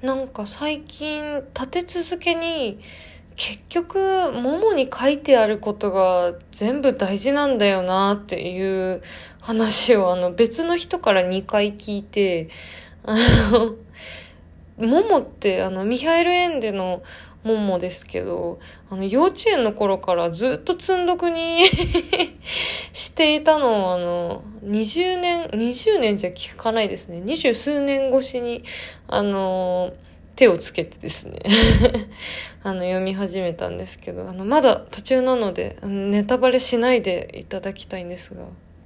なんか最近立て続けに結局ももに書いてあることが全部大事なんだよなっていう話を別の人から2回聞いて、あのももってミハエル・エンデのももですけど、幼稚園の頃からずっと積んどくにしていたのを20年じゃ聞かないですね。20数年越しに手をつけてですね読み始めたんですけど、まだ途中なのでネタバレしないでいただきたいんですが、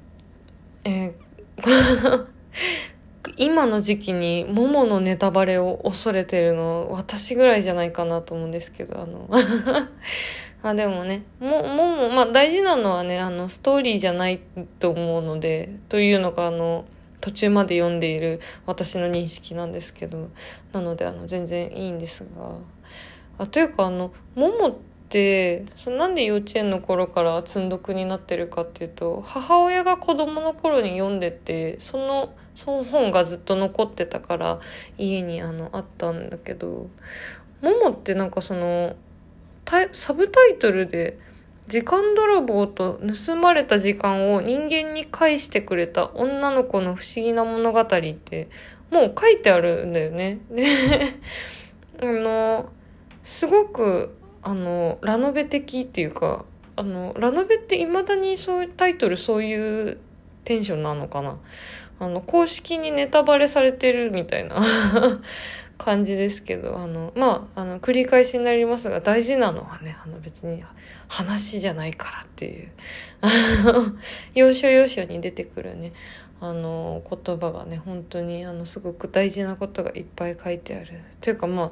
今の時期にモモのネタバレを恐れてるの私ぐらいじゃないかなと思うんですけど、でもね、まあ大事なのはね、ストーリーじゃないと思うので、というのが途中まで読んでいる私の認識なんですけど、なので全然いいんですが、というかモモってなんで幼稚園の頃から積んどくになってるかっていうと、母親が子供の頃に読んでて、その本がずっと残ってたから家にあったんだけど、モモってなんかサブタイトルで時間泥棒と盗まれた時間を人間に返してくれた女の子の不思議な物語ってもう書いてあるんだよね。で、すごくラノベ的っていうか、ラノベって未だにそういうタイトル、そういうテンションなのかな。公式にネタバレされてるみたいな感じですけど、繰り返しになりますが、大事なのはね、別に話じゃないからっていう、要所要所に出てくるね、言葉がね、本当にすごく大事なことがいっぱい書いてある。というかも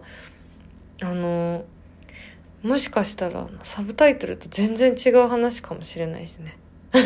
しかしたらサブタイトルと全然違う話かもしれないですね。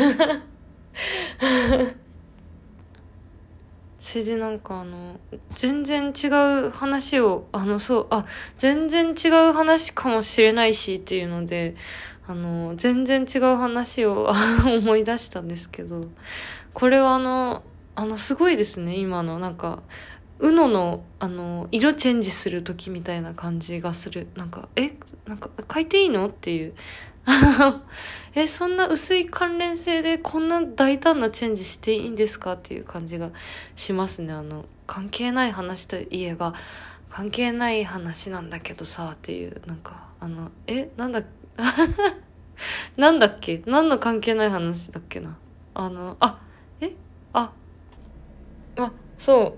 それでなんか全然違う話を、全然違う話かもしれないしっていうので、全然違う話を思い出したんですけど、これはすごいですね、今のなんか、UNO の色チェンジする時みたいな感じがする。なんか変えていいのっていう。そんな薄い関連性でこんな大胆なチェンジしていいんですかっていう感じがしますね。関係ない話といえば、関係ない話なんだけどさ、っていう、なんか、なんだ、なんだっけ、何の関係ない話だっけな。そう。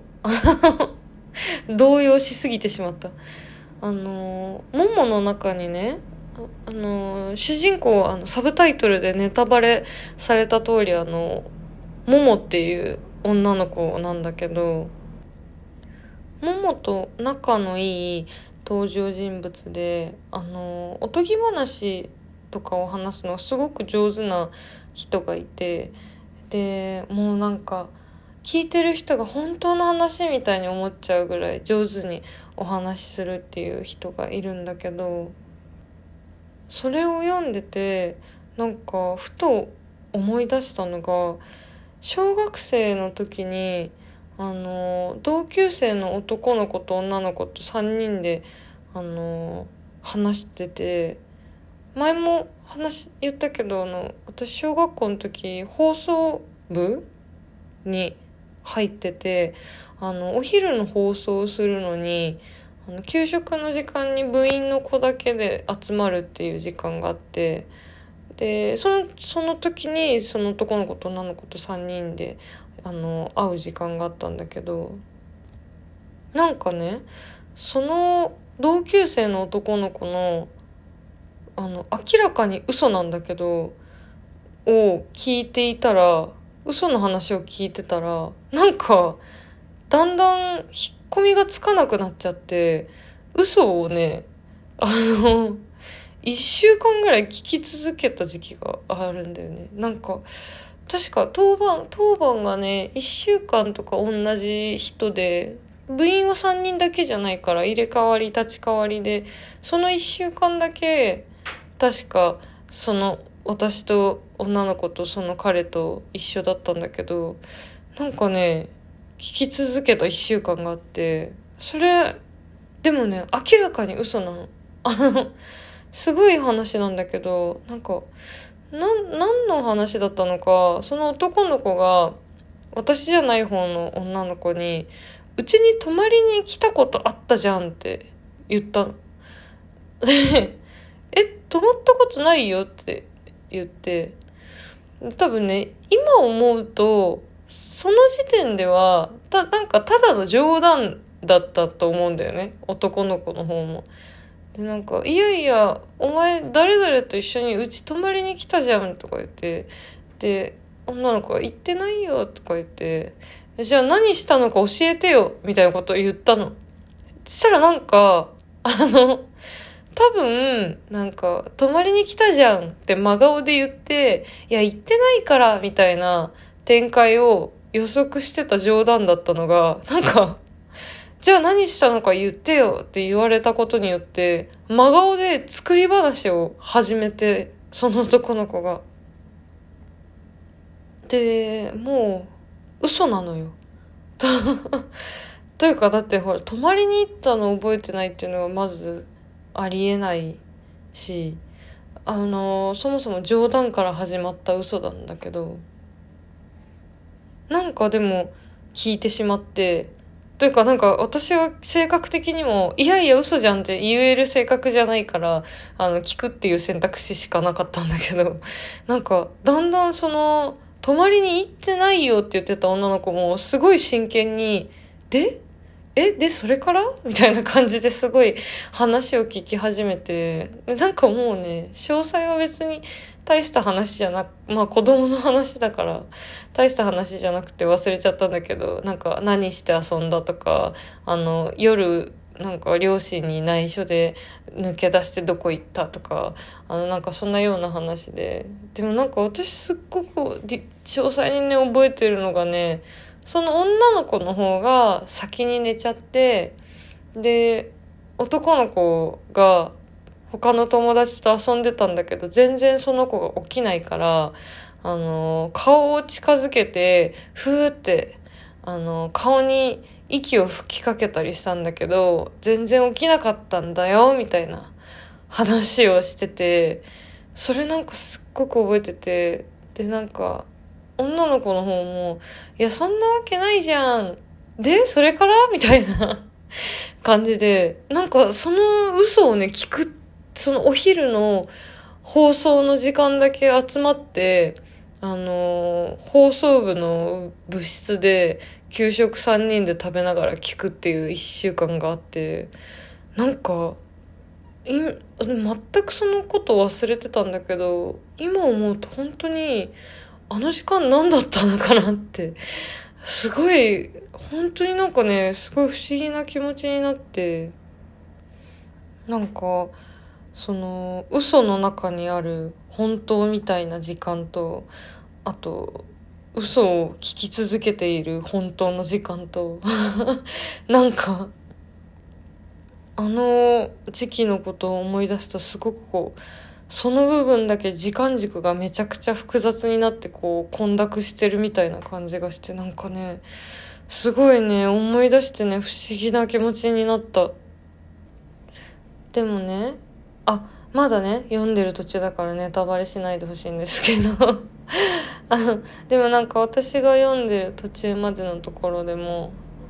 動揺しすぎてしまった。モモの中にね、主人公サブタイトルでネタバレされた通りモモっていう女の子なんだけど、モモと仲のいい登場人物でおとぎ話とかを話すのがすごく上手な人がいて、でもうなんか聞いてる人が本当の話みたいに思っちゃうぐらい上手にお話しするっていう人がいるんだけど、それを読んでてなんかふと思い出したのが、小学生の時に同級生の男の子と女の子と3人で話してて、前も言ったけど私小学校の時放送部に入ってて、お昼の放送をするのに給食の時間に部員の子だけで集まるっていう時間があって、でその時にその男の子と女の子と3人で会う時間があったんだけど、なんかね、その同級生の男の子の明らかに嘘なんだけどを聞いていたら、嘘の話を聞いてたら、なんかだんだん引っ込みがつかなくなっちゃって、嘘をね1週間ぐらい聞き続けた時期があるんだよね。なんか確か当番がね1週間とか同じ人で、部員は3人だけじゃないから入れ替わり立ち替わりで、その1週間だけ確か私と女の子とその彼と一緒だったんだけど、なんかね聞き続けた1週間があって、それでもね、明らかに嘘なの。すごい話なんだけど、なんか、何の話だったのか、その男の子が、私じゃない方の女の子に、うちに泊まりに来たことあったじゃんって言ったの。で、泊まったことないよって言って、多分ね、今思うと、その時点では、なんかただの冗談だったと思うんだよね。男の子の方も。で、なんか、いやいや、お前誰々と一緒にうち泊まりに来たじゃんとか言って、で、女の子が言ってないよとか言って、じゃあ何したのか教えてよみたいなことを言ったの。そしたらなんか、多分、なんか、泊まりに来たじゃんって真顔で言って、いや、言ってないから、みたいな展開を予測してた冗談だったのが、なんか、じゃあ何したのか言ってよって言われたことによって、真顔で作り話を始めて、その男の子が。で、もう、嘘なのよ。というか、だってほら、泊まりに行ったの覚えてないっていうのがまず、ありえないし、そもそも冗談から始まった嘘なんだけど、なんかでも聞いてしまって、というかなんか私は性格的にも、いやいや嘘じゃんって言える性格じゃないから、聞くっていう選択肢しかなかったんだけど、なんかだんだん泊まりに行ってないよって言ってた女の子もすごい真剣に、でそれからみたいな感じですごい話を聞き始めて、なんかもうね、詳細は別に大した話じゃなく、まあ子供の話だから、大した話じゃなくて忘れちゃったんだけど、なんか何して遊んだとか、夜、なんか両親に内緒で抜け出してどこ行ったとか、なんかそんなような話で。でもなんか私すっごく詳細にね、覚えてるのがね、その女の子の方が先に寝ちゃって、で、男の子が他の友達と遊んでたんだけど、全然その子が起きないから、顔を近づけて、ふーって、顔に息を吹きかけたりしたんだけど、全然起きなかったんだよ、みたいな話をしてて、それなんかすっごく覚えてて、で、なんか、女の子の方も、いや、そんなわけないじゃん。で、それからみたいな感じで、なんかその嘘をね、聞く、そのお昼の放送の時間だけ集まって、放送部の部室で給食3人で食べながら聞くっていう1週間があって、なんか、全くそのこと忘れてたんだけど、今思うと本当に、あの時間何だったのかなって、すごい、本当になんかね、すごい不思議な気持ちになって、なんか、嘘の中にある本当みたいな時間と、あと、嘘を聞き続けている本当の時間と、なんか、あの時期のことを思い出すとすごくこう、その部分だけ時間軸がめちゃくちゃ複雑になってこう混濁してるみたいな感じがして、なんかね、すごいね、思い出してね、不思議な気持ちになった。でもね、まだね、読んでる途中だからネタバレしないでほしいんですけどでもなんか私が読んでる途中までのところでも、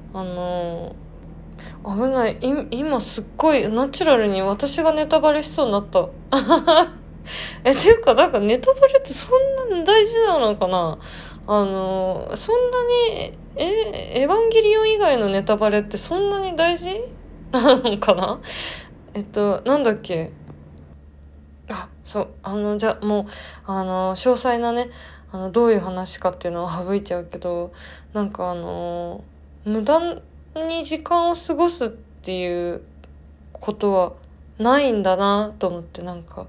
危ない。今すっごいナチュラルに私がネタバレしそうになった。ていうか、なんかネタバレってそんなに大事なのかな。そんなに、エヴァンゲリオン以外のネタバレってそんなに大事なのかな。なんだっけ。そう、じゃあもう、詳細なね、どういう話かっていうのは省いちゃうけど、なんか無駄に時間を過ごすっていうことはないんだなと思って、なんか、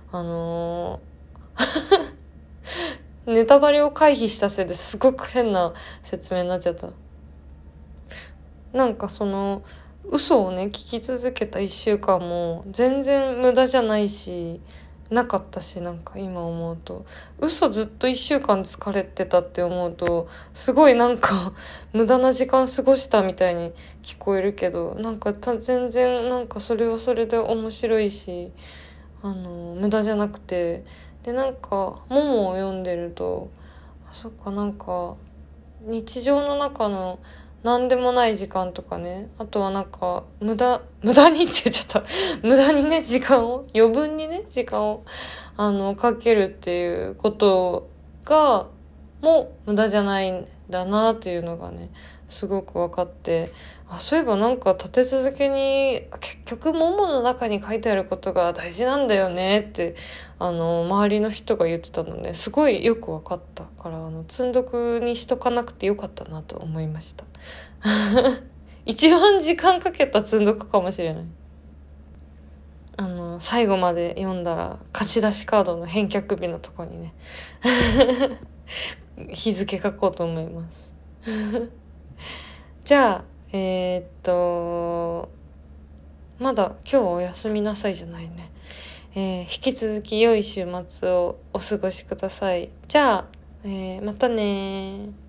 ネタバレを回避したせいですごく変な説明になっちゃった。なんか嘘をね、聞き続けた1週間も全然無駄じゃないし、 なかったし、なんか今思うと嘘ずっと1週間疲れてたって思うとすごいなんか無駄な時間過ごしたみたいに聞こえるけど、なんか全然なんかそれはそれで面白いし、無駄じゃなくて、でなんかモモを読んでると、そっか、なんか日常の中の何でもない時間とかね、あとはなんか無駄にって言っちゃった無駄にね余分にね時間をかけるっていうことがもう無駄じゃないんだなっていうのがねすごく分かって、そういえばなんか立て続けに結局モモの中に書いてあることが大事なんだよねって周りの人が言ってたので、すごいよく分かったから、積んどくにしとかなくてよかったなと思いました一番時間かけた積んどくかもしれない。最後まで読んだら貸し出しカードの返却日のとこにね日付書こうと思いますじゃあまだ今日はお休みなさいじゃないね。引き続き良い週末をお過ごしください。じゃあ、またね。